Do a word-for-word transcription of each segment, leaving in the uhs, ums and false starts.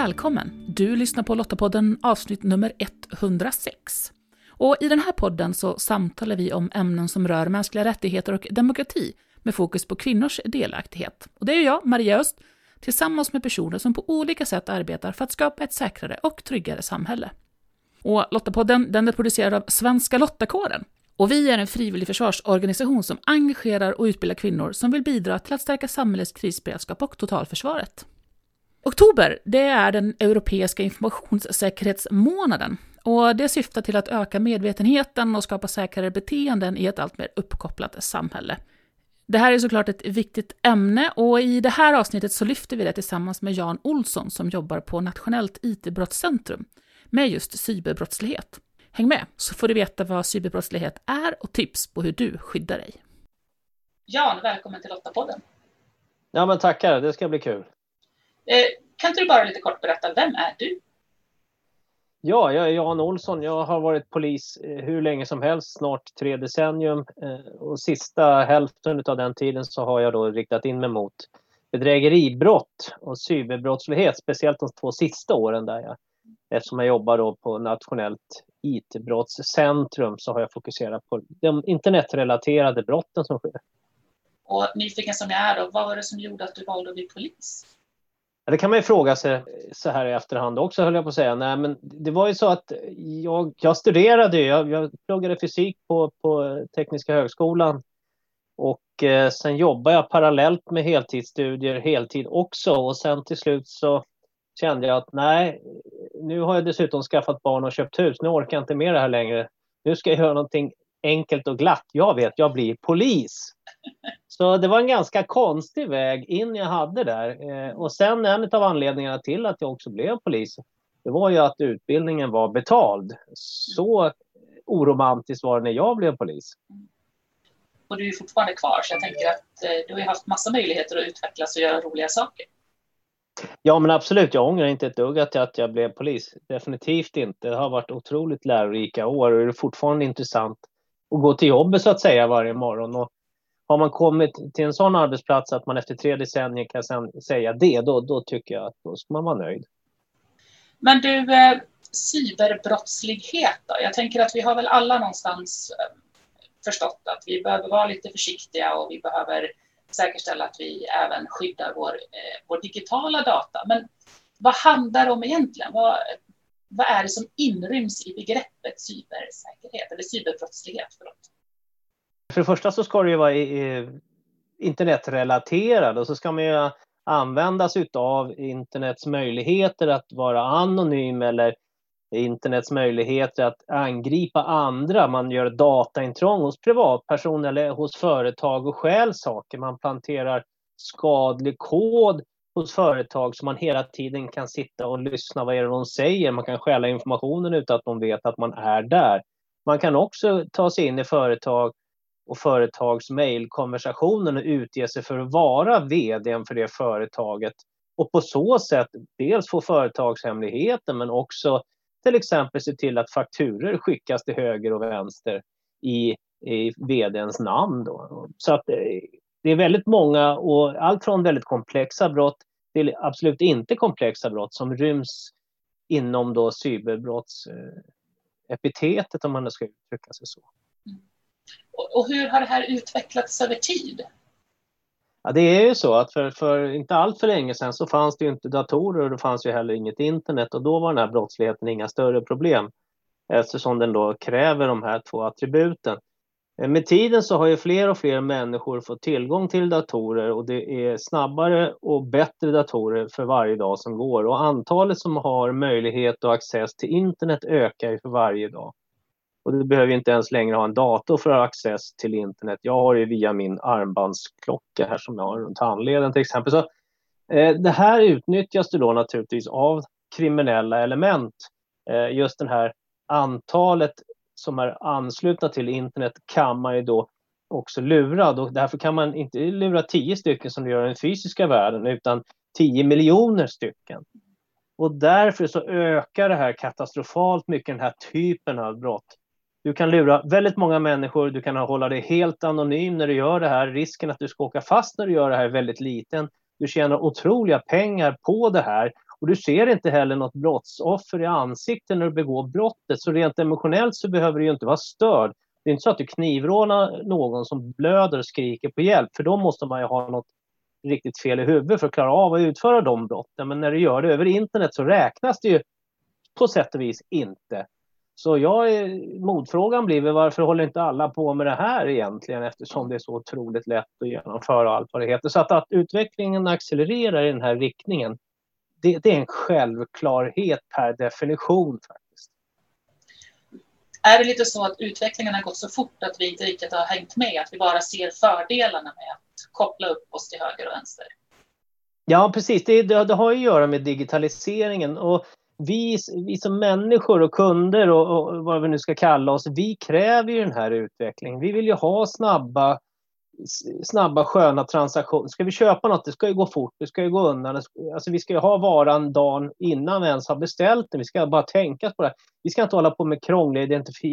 Välkommen! Du lyssnar på Lottapodden avsnitt nummer etthundrasex. Och i den här podden så samtalar vi om ämnen som rör mänskliga rättigheter och demokrati med fokus på kvinnors delaktighet. Och det är jag, Maria Öst, tillsammans med personer som på olika sätt arbetar för att skapa ett säkrare och tryggare samhälle. Och Lottapodden, den är producerad av Svenska Lottakåren. Och vi är en frivillig försvarsorganisation som engagerar och utbildar kvinnor som vill bidra till att stärka samhällets krisberedskap och totalförsvaret. Oktober, det är den europeiska informationssäkerhetsmånaden. Och det syftar till att öka medvetenheten och skapa säkrare beteenden i ett allt mer uppkopplat samhälle. Det här är såklart ett viktigt ämne och i det här avsnittet så lyfter vi det tillsammans med Jan Olsson som jobbar på Nationellt I T-brottscentrum med just cyberbrottslighet. Häng med så får du veta vad cyberbrottslighet är och tips på hur du skyddar dig. Jan, välkommen till Lottapodden. Ja men tackar, det ska bli kul. Eh, kan inte du bara lite kort berätta, vem är du? Ja, jag är Jan Olsson. Jag har varit polis hur länge som helst, snart tre decennium. Och sista hälften av den tiden så har jag då riktat in mig mot bedrägeribrott och cyberbrottslighet. Speciellt de två sista åren där jag, eftersom jag jobbar då på Nationellt I T-brottscentrum så har jag fokuserat på de internetrelaterade brotten som sker. Och nyfiken som jag är då, vad var det som gjorde att du valde att bli polis? Ja, det kan man ju fråga sig så här i efterhand också, höll jag på att säga. Nej, men det var ju så att jag, jag studerade, jag, jag pluggade fysik på, på Tekniska högskolan. Och eh, sen jobbade jag parallellt med heltidsstudier, heltid också. Och sen till slut så kände jag att nej, nu har jag dessutom skaffat barn och köpt hus. Nu orkar jag inte mer det här längre. Nu ska jag göra någonting enkelt och glatt. Jag vet, jag blir polis. Så det var en ganska konstig väg in jag hade där. Eh, och sen en av anledningarna till att jag också blev polis, det var ju att utbildningen var betald. Så oromantiskt var det när jag blev polis. Och du är fortfarande kvar, så jag tänker att eh, du har haft massa möjligheter att utvecklas och göra roliga saker. Ja men absolut, jag ångrar inte ett dugg att jag, att jag blev polis. Definitivt inte. Det har varit otroligt lärorika år och det är fortfarande intressant att gå till jobbet så att säga varje morgon. Och har man kommit till en sån arbetsplats att man efter tre decennier kan sen säga det, då, då tycker jag att då ska man vara nöjd. Men du, eh, cyberbrottslighet då? Jag tänker att vi har väl alla någonstans eh, förstått att vi behöver vara lite försiktiga och vi behöver säkerställa att vi även skyddar vår, eh, vår digitala data. Men vad handlar det om egentligen? Vad, vad är det som inryms i begreppet cybersäkerhet eller cyberbrottslighet? Förlåt? För det första så ska det ju vara internetrelaterad och så ska man ju användas av internets möjligheter att vara anonym eller internets möjligheter att angripa andra. Man gör dataintrång hos privatpersoner eller hos företag och stjäl saker. Man planterar skadlig kod hos företag så man hela tiden kan sitta och lyssna vad är det de säger. Man kan stjäla informationen utan att de vet att man är där. Man kan också ta sig in i företag och företags mejlkonversationen och utge sig för att vara vdn för det företaget. Och på så sätt dels få företagshemligheten men också till exempel se till att fakturer skickas till höger och vänster i, i vdns namn. Då. Så att det är väldigt många och allt från väldigt komplexa brott till absolut inte komplexa brott som ryms inom då cyberbrottsepitetet om man ska uttrycka sig så. Mm. Och hur har det här utvecklats över tid? Ja, det är ju så att för, för inte allt för länge sedan så fanns det ju inte datorer och det fanns ju heller inget internet och då var den här brottsligheten inga större problem eftersom den då kräver de här två attributen. Med tiden så har ju fler och fler människor fått tillgång till datorer och det är snabbare och bättre datorer för varje dag som går och antalet som har möjlighet och access till internet ökar ju för varje dag. Och du behöver inte ens längre ha en dator för att ha access till internet. Jag har ju via min armbandsklocka här som jag har runt handleden till exempel. Så, eh, det här utnyttjas det då naturligtvis av kriminella element. Eh, just det här antalet som är anslutna till internet kan man ju då också lura. Och därför kan man inte lura tio stycken som du gör i den fysiska världen utan tio miljoner stycken. Och därför så ökar det här katastrofalt mycket den här typen av brott. Du kan lura väldigt många människor, du kan hålla dig helt anonym när du gör det här. Risken att du ska åka fast när du gör det här är väldigt liten. Du tjänar otroliga pengar på det här Och du ser inte heller något brottsoffer i ansiktet när du begår brottet. Så rent emotionellt så behöver du ju inte vara störd. Det är inte så att du knivrånar någon som blöder och skriker på hjälp. För då måste man ju ha något riktigt fel i huvudet för att klara av att utföra de brotten. Men när du gör det över internet så räknas det ju på sätt och vis inte. Så jag, motfrågan blir väl, varför håller inte alla på med det här egentligen, eftersom det är så otroligt lätt att genomföra allt vad det heter. Så att, att utvecklingen accelererar i den här riktningen, det, det är en självklarhet per definition faktiskt. Är det lite så att utvecklingen har gått så fort att vi inte riktigt har hängt med, att vi bara ser fördelarna med att koppla upp oss till höger och vänster? Ja, precis. Det, det, det har ju att göra med digitaliseringen, och Vi, vi som människor och kunder och, och vad vi nu ska kalla oss, vi kräver ju den här utvecklingen. Vi vill ju ha snabba, snabba sköna transaktioner. Ska vi köpa något, det ska ju gå fort, det ska ju gå undan. Alltså vi ska ju ha varan dagen innan vi ens har beställt den. Vi ska bara tänka på det. Vi ska inte hålla på med krångliga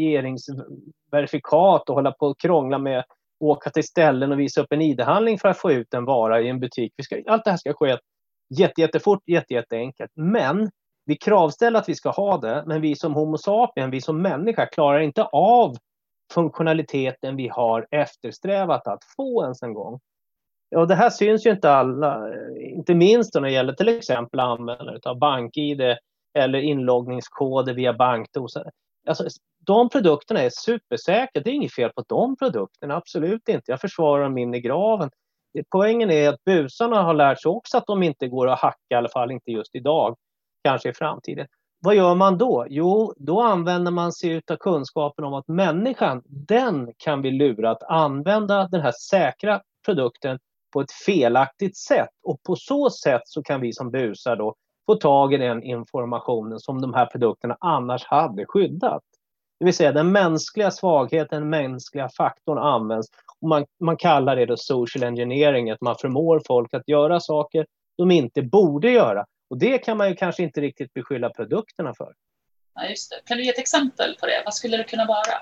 identifieringsverifikat och hålla på och krångla med åka till ställen och visa upp en I D-handling för att få ut en vara i en butik. Vi ska, allt det här ska ske jätte, jättefort, jätte, jätteenkelt. Men vi kravställer att vi ska ha det, men vi som homo sapien, vi som människa klarar inte av funktionaliteten vi har eftersträvat att få ens en gång. Och det här syns ju inte alla, inte minst när det gäller till exempel användare av bank-I D eller inloggningskoder via bankdoser. Alltså, de produkterna är supersäkra, det är inget fel på de produkterna, absolut inte. Jag försvarar dem in i graven. Poängen är att busarna har lärt sig också att de inte går att hacka, i alla fall inte just idag. Kanske i framtiden. Vad gör man då? Jo, då använder man sig av kunskapen om att människan, den kan vi lura att använda den här säkra produkten på ett felaktigt sätt. Och på så sätt så kan vi som busar då få tag i den informationen som de här produkterna annars hade skyddat. Det vill säga den mänskliga svagheten, den mänskliga faktorn används. Och man, man kallar det då social engineering, att man förmår folk att göra saker de inte borde göra. Och det kan man ju kanske inte riktigt beskylla produkterna för. Ja, just det. Kan du ge ett exempel på det? Vad skulle det kunna vara?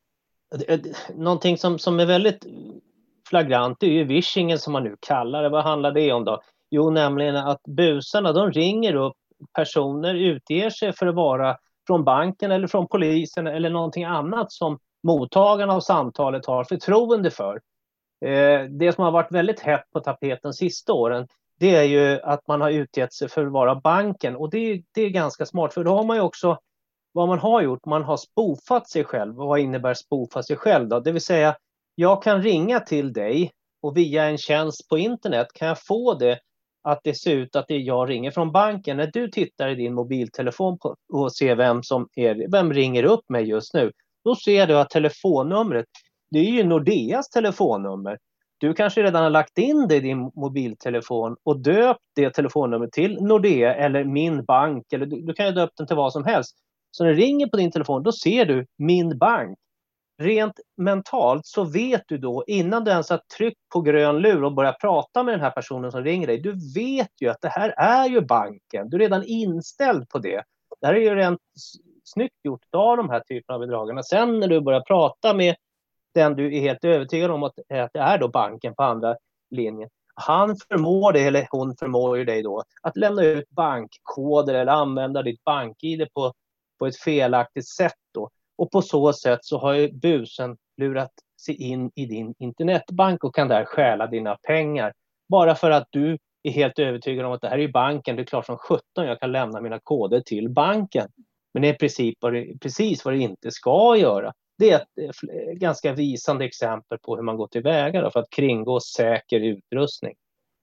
Någonting som, som är väldigt flagrant är ju vishingen, som man nu kallar det. Vad handlar det om då? Jo, nämligen att busarna, de ringer upp personer, utger sig för att vara från banken eller från polisen eller någonting annat som mottagarna av samtalet har förtroende för. Eh, det som har varit väldigt hett på tapeten sista åren, det är ju att man har utgett sig för att vara banken. Och det, det är ganska smart, för då har man ju också, vad man har gjort, man har spoofat sig själv. Och vad innebär spoofa sig själv då? Det vill säga, jag kan ringa till dig och via en tjänst på internet kan jag få det att det ser ut att det är jag ringer från banken. När du tittar i din mobiltelefon på, och ser vem som är, vem ringer upp mig just nu, då ser du att telefonnumret, det är ju Nordeas telefonnummer. Du kanske redan har lagt in det i din mobiltelefon och döpt det telefonnumret till Nordea eller min bank. Eller du, du kan ju döpa den till vad som helst. Så när det ringer på din telefon, då ser du min bank. Rent mentalt så vet du då, innan du ens har tryckt på grön lur och börjar prata med den här personen som ringer dig, du vet ju att det här är ju banken. Du är redan inställd på det. Det här är ju rent snyggt gjort av de här typerna av bedragarna. Sen när du börjar prata med den du är helt övertygad om att det är då banken på andra linjen. Han förmår det, eller hon förmår ju dig då, att lämna ut bankkoder eller använda ditt bank-I D på, på ett felaktigt sätt då. Och på så sätt så har ju busen lurat sig in i din internetbank och kan där stjäla dina pengar. Bara för att du är helt övertygad om att det här är banken, det är klart som sjutton jag kan lämna mina koder till banken. Men det är i princip vad det, precis vad det inte ska göra. Det är ett ganska visande exempel på hur man går tillväga för att kringgå säker utrustning.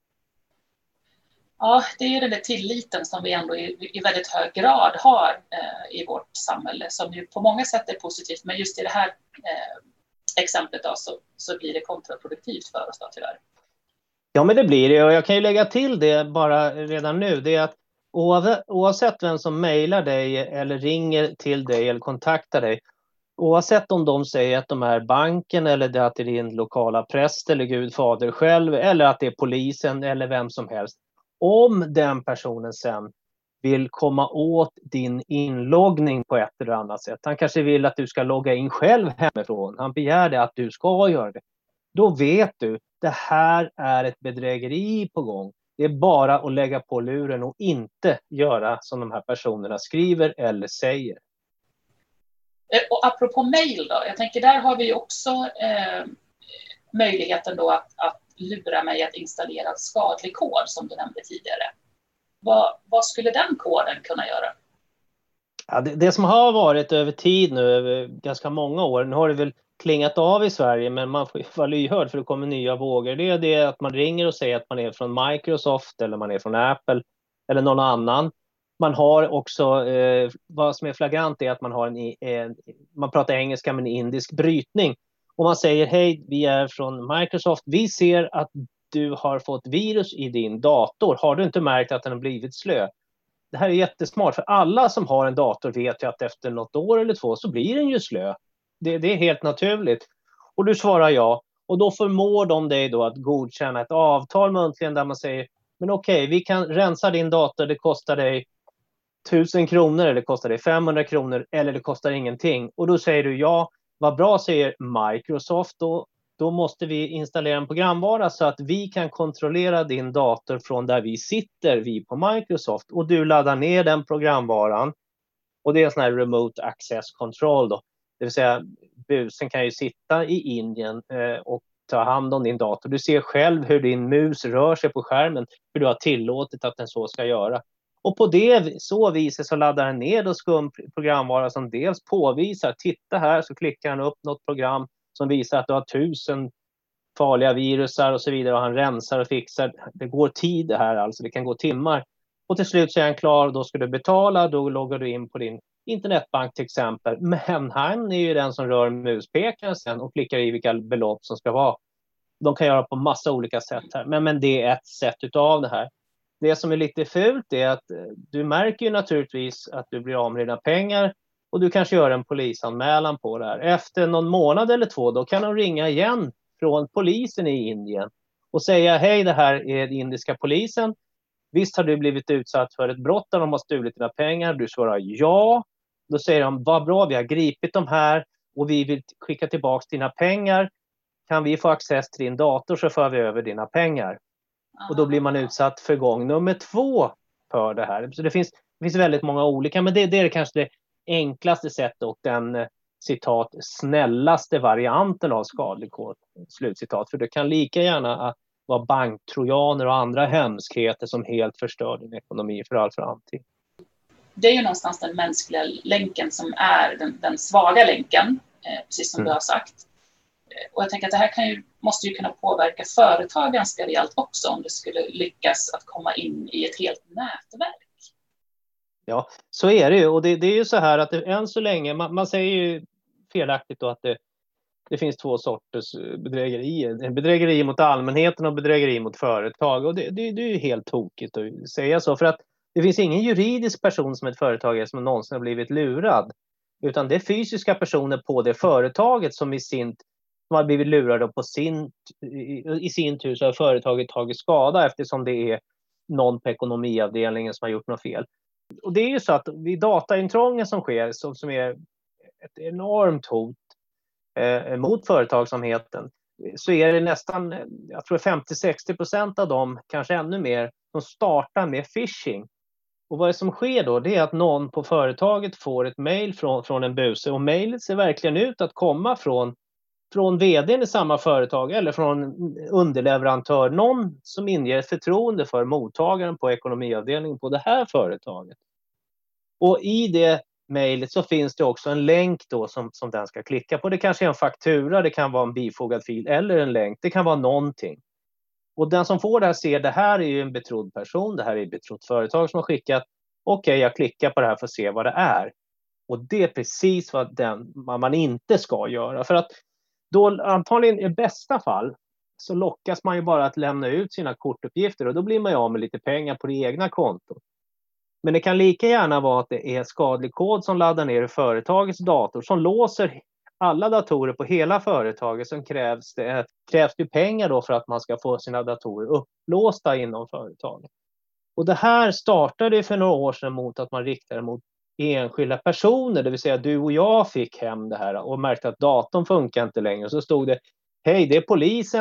Ja, det är ju den där tilliten som vi ändå i, i väldigt hög grad har eh, i vårt samhälle, som ju på många sätt är positivt, men just i det här eh, exemplet då, så, så blir det kontraproduktivt för oss då, tyvärr. Ja, men det blir det, och jag kan ju lägga till det bara redan nu, det är att oavsett vem som mejlar dig eller ringer till dig eller kontaktar dig, oavsett om de säger att de är banken eller att det är din lokala präst eller gudfader själv eller att det är polisen eller vem som helst. Om den personen sen vill komma åt din inloggning på ett eller annat sätt. Han kanske vill att du ska logga in själv hemifrån. Han begär det att du ska göra det. Då vet du, det här är ett bedrägeri på gång. Det är bara att lägga på luren och inte göra som de här personerna skriver eller säger. Och apropå mejl då, jag tänker där har vi också eh, möjligheten då att, att lura mig att installera skadlig kod som du nämnde tidigare. Vad, vad skulle den koden kunna göra? Ja, det, det som har varit över tid nu, över ganska många år, nu har det väl klingat av i Sverige, men man får vara lyhörd för det kommer nya vågor. Det är det att man ringer och säger att man är från Microsoft eller man är från Apple eller någon annan. Man har också, eh, vad som är flagrant är att man har en, en, man pratar engelska med en indisk brytning. Och man säger, hej, vi är från Microsoft, vi ser att du har fått virus i din dator. Har du inte märkt att den har blivit slö? Det här är jättesmart, för alla som har en dator vet ju att efter något år eller två så blir den ju slö. Det, det är helt naturligt. Och du svarar ja. Och då förmår de dig då att godkänna ett avtal muntligen där man säger, men okej, vi kan rensa din dator, det kostar dig tusen kronor eller det kostar dig femhundra kronor eller det kostar ingenting. Och då säger du ja, vad bra, säger Microsoft, då, då måste vi installera en programvara så att vi kan kontrollera din dator från där vi sitter, vi på Microsoft. Och du laddar ner den programvaran och det är en sån här remote access control då. Det vill säga busen kan ju sitta i Indien eh, och ta hand om din dator. Du ser själv hur din mus rör sig på skärmen, för du har tillåtit att den så ska göra. Och på det så viset så laddar den ner då skum programvara som dels påvisar, titta här, så klickar han upp något program som visar att du har tusen farliga virusar och så vidare, och han rensar och fixar. Det går tid det här, alltså det kan gå timmar. Och till slut så är han klar och då ska du betala, då loggar du in på din internetbank till exempel. Men han är ju den som rör muspekaren sen och klickar i vilka belopp som ska vara. De kan göra på massa olika sätt här, men, men det är ett sätt utav det här. Det som är lite fult är att du märker ju naturligtvis att du blir av med dina pengar och du kanske gör en polisanmälan på det här. Efter någon månad eller två då kan de ringa igen från polisen i Indien och säga, hej, det här är den indiska polisen. Visst har du blivit utsatt för ett brott där de har stulit dina pengar? Du svarar ja. Då säger de, vad bra, vi har gripit de här och vi vill skicka tillbaka dina pengar. Kan vi få access till din dator så för vi över dina pengar. Och då blir man utsatt för gång nummer två för det här. Så det finns, det finns väldigt många olika, men det, det är kanske det enklaste sättet och den, citat, snällaste varianten av skadlig kod, slutcitat. För det kan lika gärna vara banktrojaner och andra hemskheter som helt förstör din ekonomi för all framtid. Det är ju någonstans den mänskliga länken som är den, den svaga länken, eh, precis som mm. du har sagt. Och jag tänker att det här kan ju, måste ju kunna påverka företag ganska rejält också om det skulle lyckas att komma in i ett helt nätverk. Ja, så är det ju. Och det, det är ju så här att det, än så länge, man, man säger ju felaktigt då att det, det finns två sorters bedrägerier. Bedrägeri mot allmänheten och bedrägeri mot företag. Och det, det, det är ju helt tokigt att säga så. För att det finns ingen juridisk person som ett företag är som någonsin har blivit lurad. Utan det är fysiska personer på det företaget som i sin som har blivit lurade på sin, i sin tur så har företaget tagit skada eftersom det är någon på ekonomiavdelningen som har gjort något fel. Och det är ju så att vid dataintrången som sker, som, som är ett enormt hot eh, mot företagsamheten, så är det nästan, jag tror femtio till sextio procent av dem, kanske ännu mer, som startar med phishing. Och vad som sker då, det är att någon på företaget får ett mejl från, från en buse, och mejlet ser verkligen ut att komma från från vdn i samma företag eller från underleverantör, någon som inger förtroende för mottagaren på ekonomiavdelningen på det här företaget. Och i det mejlet så finns det också en länk då som, som den ska klicka på. Det kanske är en faktura, det kan vara en bifogad fil eller en länk, det kan vara någonting. Och den som får det här ser, det här är ju en betrodd person, det här är ett betrott företag som har skickat, okej, okay, jag klickar på det här för att se vad det är. Och det är precis vad, den, vad man inte ska göra. För att då antagligen i bästa fall så lockas man ju bara att lämna ut sina kortuppgifter och då blir man ju av med lite pengar på det egna kontot. Men det kan lika gärna vara att det är skadlig kod som laddar ner i företagets dator som låser alla datorer på hela företaget, som krävs det, krävs det pengar då för att man ska få sina datorer upplåsta inom företaget. Och det här startade för några år sedan mot att man riktade mot enskilda personer, det vill säga du och jag fick hem det här och märkte att datorn funkar inte längre. Så stod det, hej, det är polisen,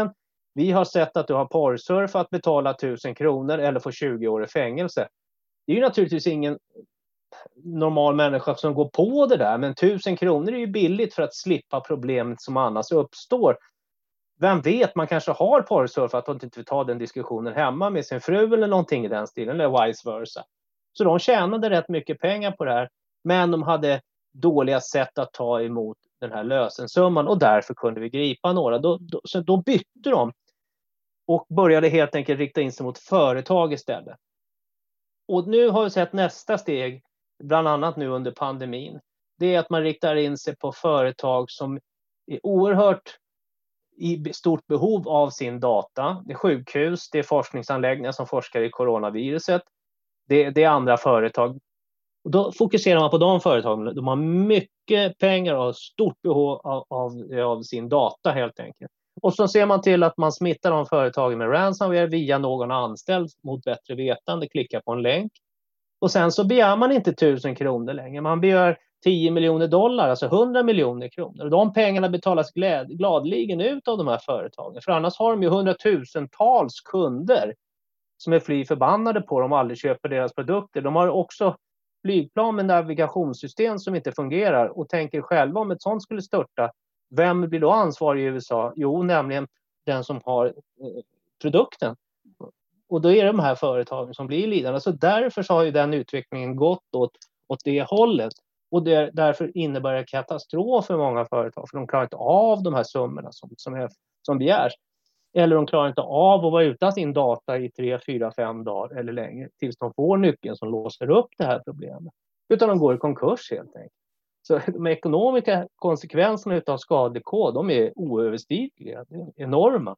Vi har sett att du har porrsurfat, betala tusen kronor eller få tjugo år i fängelse. Det är ju naturligtvis ingen normal människa som går på det där, men tusen kronor är ju billigt för att slippa problemet som annars uppstår. Vem vet, man kanske har porrsurfat och inte vill ta den diskussionen hemma med sin fru eller någonting i den stilen, eller vice versa. Så de tjänade rätt mycket pengar på det här, men de hade dåliga sätt att ta emot den här lösensumman och därför kunde vi gripa några. Då, då, så då bytte de och började helt enkelt rikta in sig mot företag istället. Och nu har vi sett nästa steg, bland annat nu under pandemin. Det är att man riktar in sig på företag som är oerhört i stort behov av sin data. Det är sjukhus, det är forskningsanläggningar som forskar i coronaviruset. Det, det är andra företag. Och då fokuserar man på de företagen. De har mycket pengar och stort behov av, av, av sin data helt enkelt. Och så ser man till att man smittar de företagen med ransomware via någon anställd mot bättre vetande, klickar på en länk. Och sen så begär man inte tusen kronor längre. Man begär tio miljoner dollar, alltså hundra miljoner kronor. Och de pengarna betalas gläd, gladligen ut av de här företagen. För annars har de ju hundratusentals kunder som är fly förbannade på dem och aldrig köper deras produkter. De har också flygplan med navigationssystem som inte fungerar och tänker själva om ett sånt skulle störta. Vem blir då ansvarig i U S A? Jo, nämligen den som har eh, produkten. Och då är det de här företagen som blir lidande. Så därför så har ju den utvecklingen gått åt, åt det hållet. Och det, därför innebär det katastrof för många företag. För de klarar inte av de här summorna som, som, är, som begärs. Eller de klarar inte av att vara utan sin data i tre, fyra, fem dagar eller längre. Tills de får nyckeln som låser upp det här problemet. Utan de går i konkurs helt enkelt. Så de ekonomiska konsekvenserna av skadekod, de är oöverstigliga. De är enorma.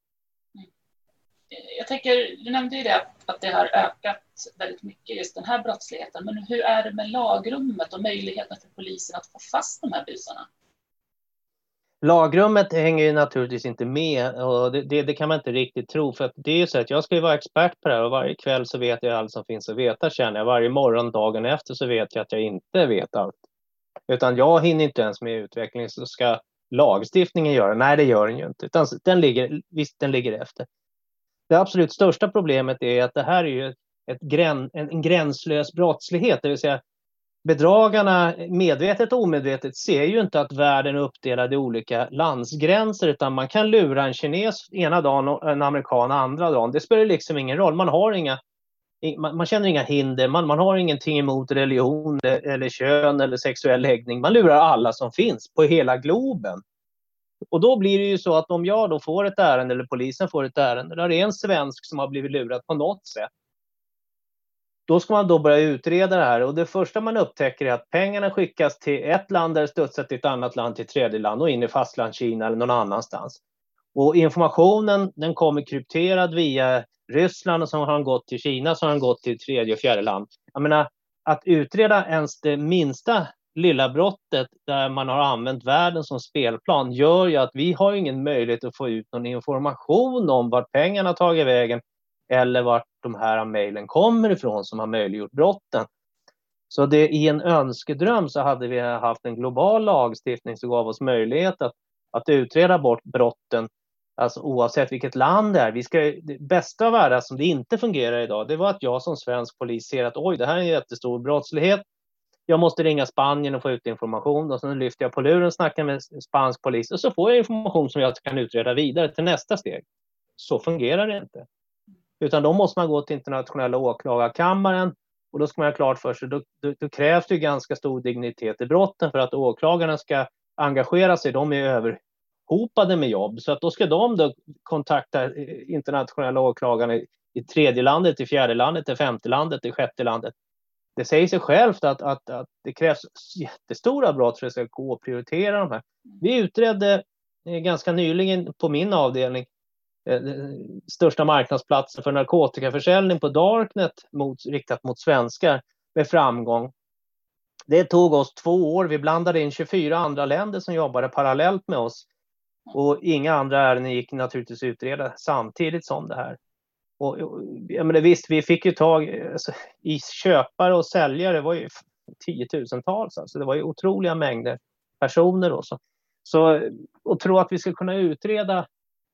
Jag tänker, du nämnde ju det att det har ökat väldigt mycket just den här brottsligheten. Men hur är det med lagrummet och möjligheten för polisen att få fast de här busarna? Lagrummet hänger ju naturligtvis inte med och det, det, det kan man inte riktigt tro. För att det är ju så att jag ska ju vara expert på det här och varje kväll så vet jag allt som finns att veta, känner jag. Varje morgon, dagen efter så vet jag att jag inte vet allt. Utan jag hinner inte ens med utveckling, så ska lagstiftningen göra. Nej, det gör den ju inte. Utan den ligger, visst, den ligger efter. Det absolut största problemet är att det här är ju ett grän, en gränslös brottslighet. Det vill säga bedragarna medvetet och omedvetet ser ju inte att världen är uppdelad i olika landsgränser. Utan man kan lura en kines ena dagen och en amerikan andra dagen. Det spelar liksom ingen roll. Man har inga... Man, man känner inga hinder, man, man har ingenting emot religion eller kön eller sexuell läggning. Man lurar alla som finns på hela globen. Och då blir det ju så att om jag då får ett ärende eller polisen får ett ärende där det är en svensk som har blivit lurad på något sätt. Då ska man då börja utreda det här och det första man upptäcker är att pengarna skickas till ett land där det studsat till ett annat land till ett tredje land och in i fastland Kina eller någon annanstans. Och informationen den kommer krypterad via Ryssland och så har den gått till Kina så har den gått till tredje och fjärde land. Jag menar, att utreda ens det minsta lilla brottet där man har använt världen som spelplan gör ju att vi har ingen möjlighet att få ut någon information om vart pengarna tagit vägen eller vart de här mejlen kommer ifrån som har möjliggjort brotten. Så det, i en önskedröm så hade vi haft en global lagstiftning som gav oss möjlighet att, att utreda bort brotten. Alltså oavsett vilket land det är. Vi ska, det bästa av världen som det inte fungerar idag, det var att jag som svensk polis ser att oj, det här är en jättestor brottslighet. Jag måste ringa Spanien och få ut information och sen lyfter jag på luren och snackar med spansk polis och så får jag information som jag kan utreda vidare till nästa steg. Så fungerar det inte. Utan då måste man gå till internationella åklagarkammaren och då ska man ha klart för sig, då, då, då krävs det ganska stor dignitet i brotten för att åklagarna ska engagera sig. De är överhopade med jobb så att då ska de då kontakta internationella åklagarna i, i tredje landet, i fjärde landet, i femte landet, i sjätte landet. Det säger sig självt att, att, att det krävs jättestora brott för att det ska gå och prioritera de här. Vi utredde ganska nyligen på min avdelning eh, största marknadsplatsen för narkotikaförsäljning på Darknet mot, riktat mot svenskar med framgång. Det tog oss två år. Vi blandade in tjugofyra andra länder som jobbade parallellt med oss. Och inga andra ärenden gick naturligtvis utreda samtidigt som det här. Och, jag menar, visst, vi fick ju tag alltså, i köpare och säljare, det var ju tiotusentals, alltså det var ju otroliga mängder personer också. Så att tro att vi ska kunna utreda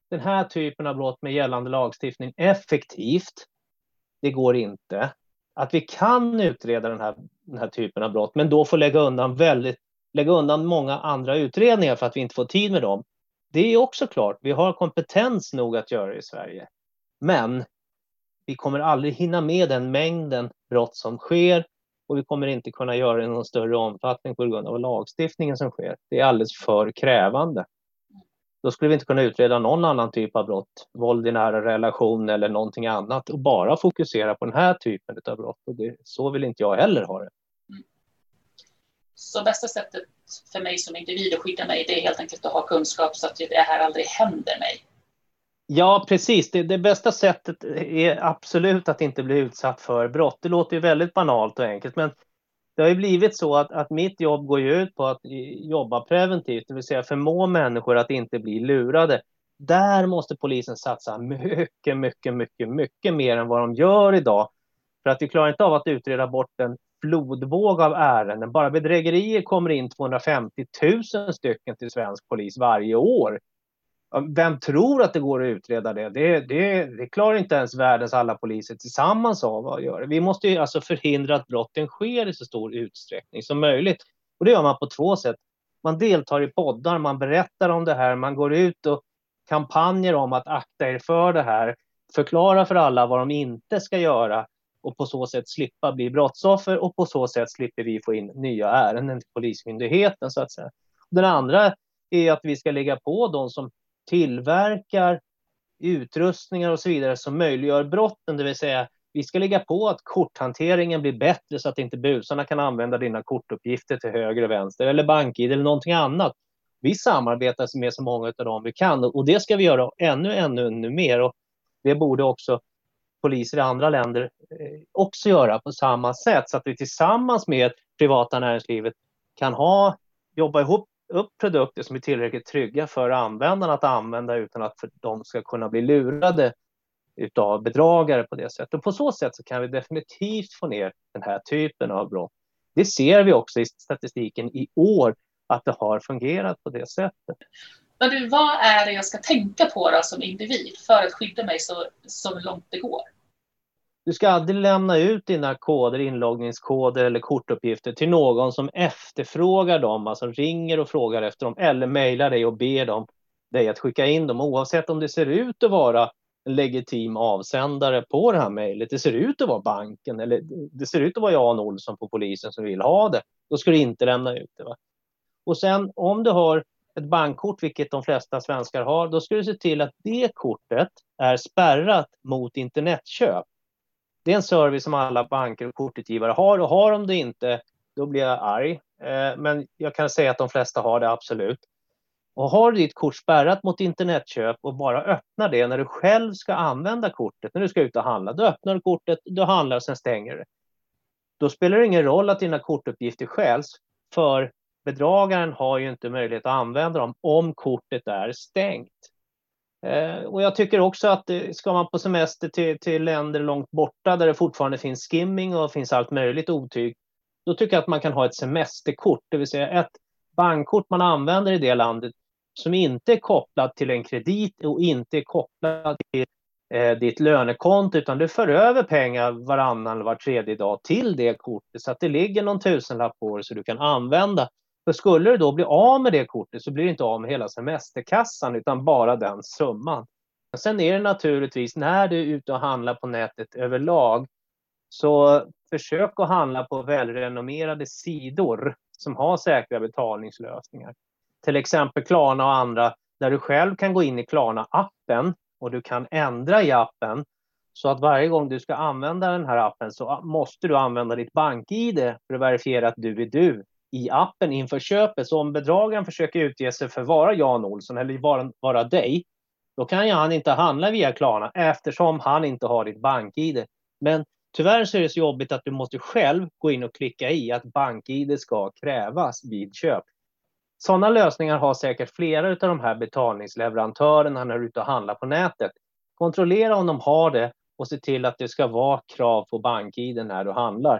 den här typen av brott med gällande lagstiftning effektivt. Det går inte. Att vi kan utreda den här, den här typen av brott, men då får lägga undan, väldigt, lägga undan många andra utredningar för att vi inte får tid med dem. Det är också klart, vi har kompetens nog att göra det i Sverige. Men vi kommer aldrig hinna med den mängden brott som sker, och vi kommer inte kunna göra det i någon större omfattning på grund av lagstiftningen som sker. Det är alldeles för krävande. Då skulle vi inte kunna utreda någon annan typ av brott, våld i nära relation eller någonting annat, och bara fokusera på den här typen av brott. Och det, så vill inte jag heller ha det. Mm. Så bästa sättet för mig som individ att skydda mig, det är helt enkelt att ha kunskap så att det här aldrig händer mig. Ja, precis. Det, det bästa sättet är absolut att inte bli utsatt för brott. Det låter ju väldigt banalt och enkelt, men det har ju blivit så att, att mitt jobb går ju ut på att jobba preventivt, det vill säga förmå människor att inte bli lurade. Där måste polisen satsa mycket, mycket, mycket, mycket mer än vad de gör idag. För att vi klarar inte av att utreda bort en flodvåg av ärenden. Bara bedrägerier kommer in tvåhundrafemtio tusen stycken till svensk polis varje år. Vem tror att det går att utreda det? Det, det, det klarar inte ens världens alla poliser tillsammans av att göra. Vi måste ju alltså förhindra att brotten sker i så stor utsträckning som möjligt. Och det gör man på två sätt. Man deltar i poddar, man berättar om det här, man går ut och kampanjer om att akta er för det här. Förklara för alla vad de inte ska göra och på så sätt slippa bli brottsoffer, och på så sätt slipper vi få in nya ärenden till polismyndigheten så att säga. Den andra är att vi ska lägga på de som tillverkar utrustningar och så vidare som möjliggör brotten, det vill säga vi ska lägga på att korthanteringen blir bättre så att inte busarna kan använda dina kortuppgifter till höger och vänster eller BankID eller någonting annat. Vi samarbetar med så många av dem vi kan, och det ska vi göra ännu, ännu, ännu mer, och det borde också poliser i andra länder också göra på samma sätt, så att vi tillsammans med privata näringslivet kan ha, jobba ihop upp produkter som är tillräckligt trygga för användarna att använda utan att de ska kunna bli lurade utav bedragare på det sättet. Och på så sätt så kan vi definitivt få ner den här typen av brott. Det ser vi också i statistiken i år att det har fungerat på det sättet. Men du, vad är det jag ska tänka på då som individ för att skydda mig så, så långt det går? Du ska aldrig lämna ut dina koder, inloggningskoder eller kortuppgifter till någon som efterfrågar dem, alltså ringer och frågar efter dem eller mejlar dig och ber dem, dig att skicka in dem, oavsett om det ser ut att vara en legitim avsändare på det här mejlet. Det ser ut att vara banken eller det ser ut att vara Jan Olsson på polisen som vill ha det. Då ska du inte lämna ut det. Va? Och sen om du har ett bankkort, vilket de flesta svenskar har, då ska du se till att det kortet är spärrat mot internetköp. Det är en service som alla banker och kortutgivare har, och har de det inte, då blir jag arg. Eh, men jag kan säga att de flesta har det absolut. Och har du ditt kort spärrat mot internetköp och bara öppnar det när du själv ska använda kortet, när du ska ut och handla, då öppnar du kortet, du handlar och sen stänger det. Då spelar det ingen roll att dina kortuppgifter stjäls, för bedragaren har ju inte möjlighet att använda dem om kortet är stängt. Eh, och jag tycker också att eh, ska man på semester till, till länder långt borta där det fortfarande finns skimming och finns allt möjligt otyg, då tycker jag att man kan ha ett semesterkort, det vill säga ett bankkort man använder i det landet som inte är kopplat till en kredit och inte är kopplat till eh, ditt lönekonto, utan du för över pengar varannan eller var tredje dag till det kortet så att det ligger någon tusenlapp på det så du kan använda. För skulle du då bli av med det kortet så blir det inte av med hela semesterkassan utan bara den summan. Sen är det naturligtvis när du är ute och handlar på nätet överlag, så försök att handla på välrenommerade sidor som har säkra betalningslösningar. Till exempel Klarna och andra, där du själv kan gå in i Klarna-appen och du kan ändra i appen så att varje gång du ska använda den här appen så måste du använda ditt BankID för att verifiera att du är du i appen inför köpet. Så om bedragaren försöker utge sig för att vara Jan Olsson eller vara, vara dig, då kan ju han inte handla via Klarna eftersom han inte har ditt BankID. Men tyvärr så är det så jobbigt att du måste själv gå in och klicka i att BankID ska krävas vid köp. Sådana lösningar har säkert flera av de här betalningsleverantörerna när du är ute och handlar på nätet. Kontrollera om de har det och se till att det ska vara krav på BankID när du handlar.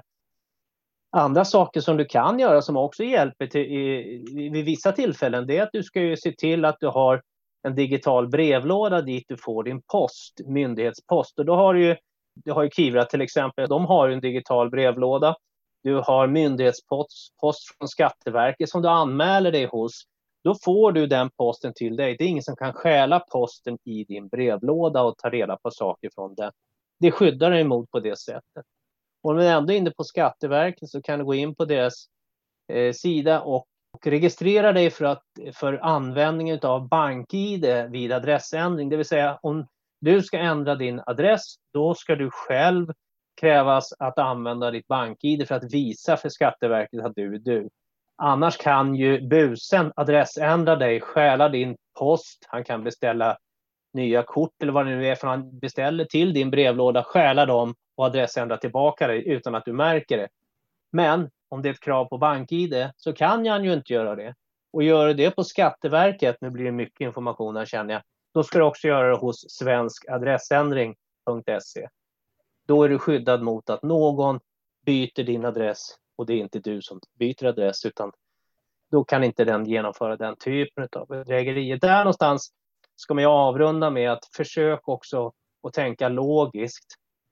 Andra saker som du kan göra som också hjälper till i, i, vid vissa tillfällen, det är att du ska ju se till att du har en digital brevlåda dit du får din post, myndighetspost. Och då har du ju, du har ju Kivra till exempel, de har ju en digital brevlåda. Du har myndighetspost post från Skatteverket som du anmäler dig hos. Då får du den posten till dig. Det är ingen som kan stjäla posten i din brevlåda och ta reda på saker från den. Det skyddar dig emot på det sättet. Och om du är ändå inne på Skatteverket så kan du gå in på deras eh, sida och, och registrera dig för, att, för användningen av BankID vid adressändring. Det vill säga om du ska ändra din adress, då ska du själv krävas att använda ditt BankID för att visa för Skatteverket att du är du. Annars kan ju busen adressändra dig, stjäla din post, han kan beställa nya kort eller vad det nu är för han beställer till din brevlåda, stjäla dem och adressändra tillbaka dig utan att du märker det. Men om det är ett krav på BankID så kan han ju inte göra det. Och gör det på Skatteverket, nu blir det mycket information här känner jag, då ska du också göra det hos svensk adressändring punkt se. Då är du skyddad mot att någon byter din adress och det är inte du som byter adress utan då kan inte den genomföra den typen av bedrägerier. Där någonstans ska man ju avrunda med att försöka också att tänka logiskt.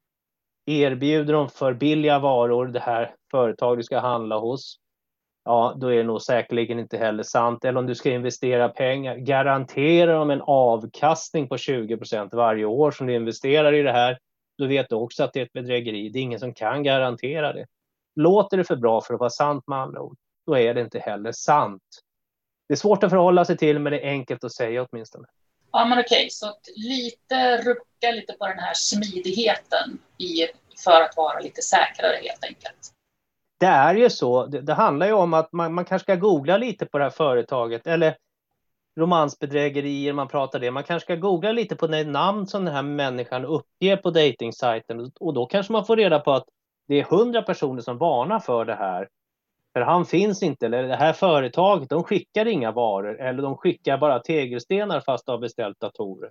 Erbjuder de för billiga varor det här företag du ska handla hos, ja då är det nog säkerligen inte heller sant. Eller om du ska investera pengar, garanterar de en avkastning på tjugo procent varje år som du investerar i det här, då vet du också att det är ett bedrägeri. Det är ingen som kan garantera det. Låter det för bra för att vara sant med andra ord, då är det inte heller sant. Det är svårt att förhålla sig till men det är enkelt att säga åtminstone. Ja men okej, så att lite rucka lite på den här smidigheten i, för att vara lite säkrare helt enkelt. Det är ju så, det, det handlar ju om att man, man kanske ska googla lite på det här företaget eller romansbedrägerier, man pratar det. Man kanske ska googla lite på det namn som den här människan uppger på datingsajten och då kanske man får reda på att det är hundra personer som varnar för det här. För han finns inte, eller det här företaget, de skickar inga varor eller de skickar bara tegelstenar fast har beställt datorer.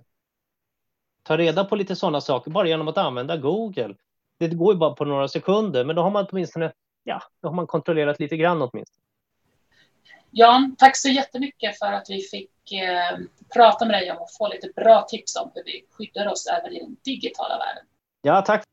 Ta reda på lite sådana saker bara genom att använda Google. Det går ju bara på några sekunder men då har man åtminstone, ja, då har man kontrollerat lite grann åtminstone. Jan, tack så jättemycket för att vi fick eh, prata med dig om att få lite bra tips om hur vi skyddar oss även i den digitala världen. Ja, tack.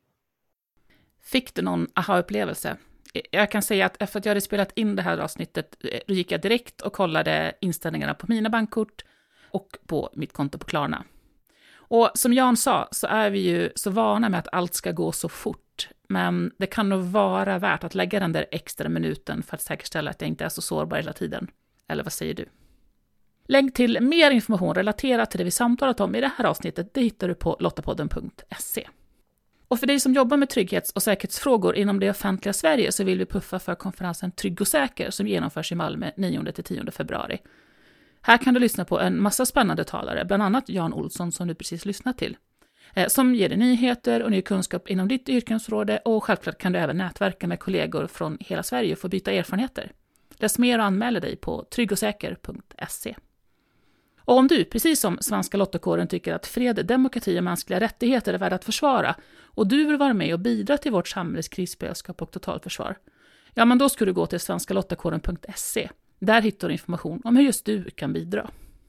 Fick du någon aha-upplevelse? Jag kan säga att efter att jag hade spelat in det här avsnittet då gick jag direkt och kollade inställningarna på mina bankkort och på mitt konto på Klarna. Och som Jan sa så är vi ju så vana med att allt ska gå så fort. Men det kan nog vara värt att lägga den där extra minuten för att säkerställa att jag inte är så sårbar hela tiden. Eller vad säger du? Länk till mer information relaterat till det vi samtalat om i det här avsnittet det hittar du på lottapodden punkt se. Och för dig som jobbar med trygghets- och säkerhetsfrågor inom det offentliga Sverige så vill vi puffa för konferensen Trygg och säker som genomförs i Malmö nionde till tionde februari. Här kan du lyssna på en massa spännande talare, bland annat Jan Olsson som du precis lyssnat till, som ger dig nyheter och ny kunskap inom ditt yrkesområde och självklart kan du även nätverka med kollegor från hela Sverige och få byta erfarenheter. Läs mer och anmäl dig på trygg och säker punkt se. Och om du, precis som Svenska Lottakåren, tycker att fred, demokrati och mänskliga rättigheter är värda att försvara och du vill vara med och bidra till vårt samhälles krisberedskap och totalförsvar, ja men då ska du gå till svenska lottakåren punkt se. Där hittar du information om hur just du kan bidra.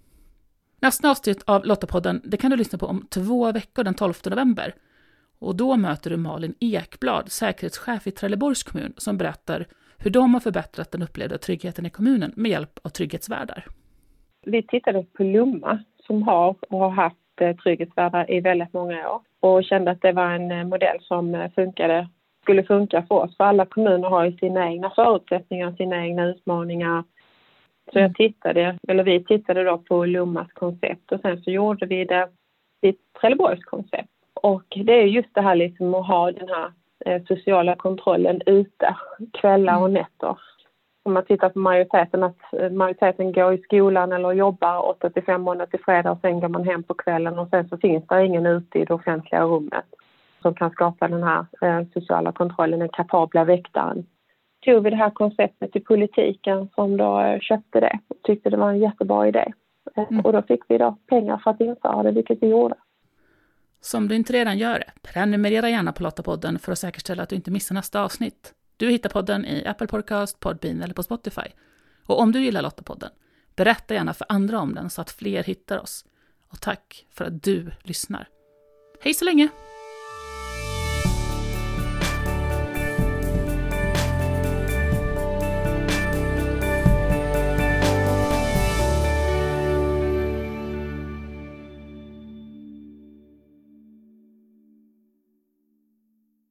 Nästa avsnitt av Lottapodden det kan du lyssna på om två veckor den tolfte november. Och då möter du Malin Ekblad, säkerhetschef i Trelleborgs kommun, som berättar hur de har förbättrat den upplevda tryggheten i kommunen med hjälp av trygghetsvärdar. Vi tittade på Lomma som har och har haft trygghetsvärdar i väldigt många år och kände att det var en modell som funkade, skulle funka för oss. För alla kommuner har ju sina egna förutsättningar, sina egna utmaningar. Så jag tittade, eller vi tittade då på Lommas koncept och sen så gjorde vi det i Trelleborgs koncept. Och det är just det här liksom att ha den här eh, sociala kontrollen ute kvällar och nätter. Om man tittar på majoriteten, att majoriteten går i skolan eller jobbar åtta till fem månader till fredag och sen går man hem på kvällen och sen så finns det ingen ute i det offentliga rummet som kan skapa den här eh, sociala kontrollen, den kapabla väktaren. Tog vi det här konceptet till politiken som då köpte det och tyckte det var en jättebra idé. Mm. Och då fick vi då pengar för att införa det, vilket vi gjorde. Som du inte redan gör det, prenumerera gärna på Lottapodden för att säkerställa att du inte missar nästa avsnitt. Du hittar podden i Apple Podcast, Podbean eller på Spotify. Och om du gillar Lottapodden, berätta gärna för andra om den så att fler hittar oss. Och tack för att du lyssnar. Hej så länge!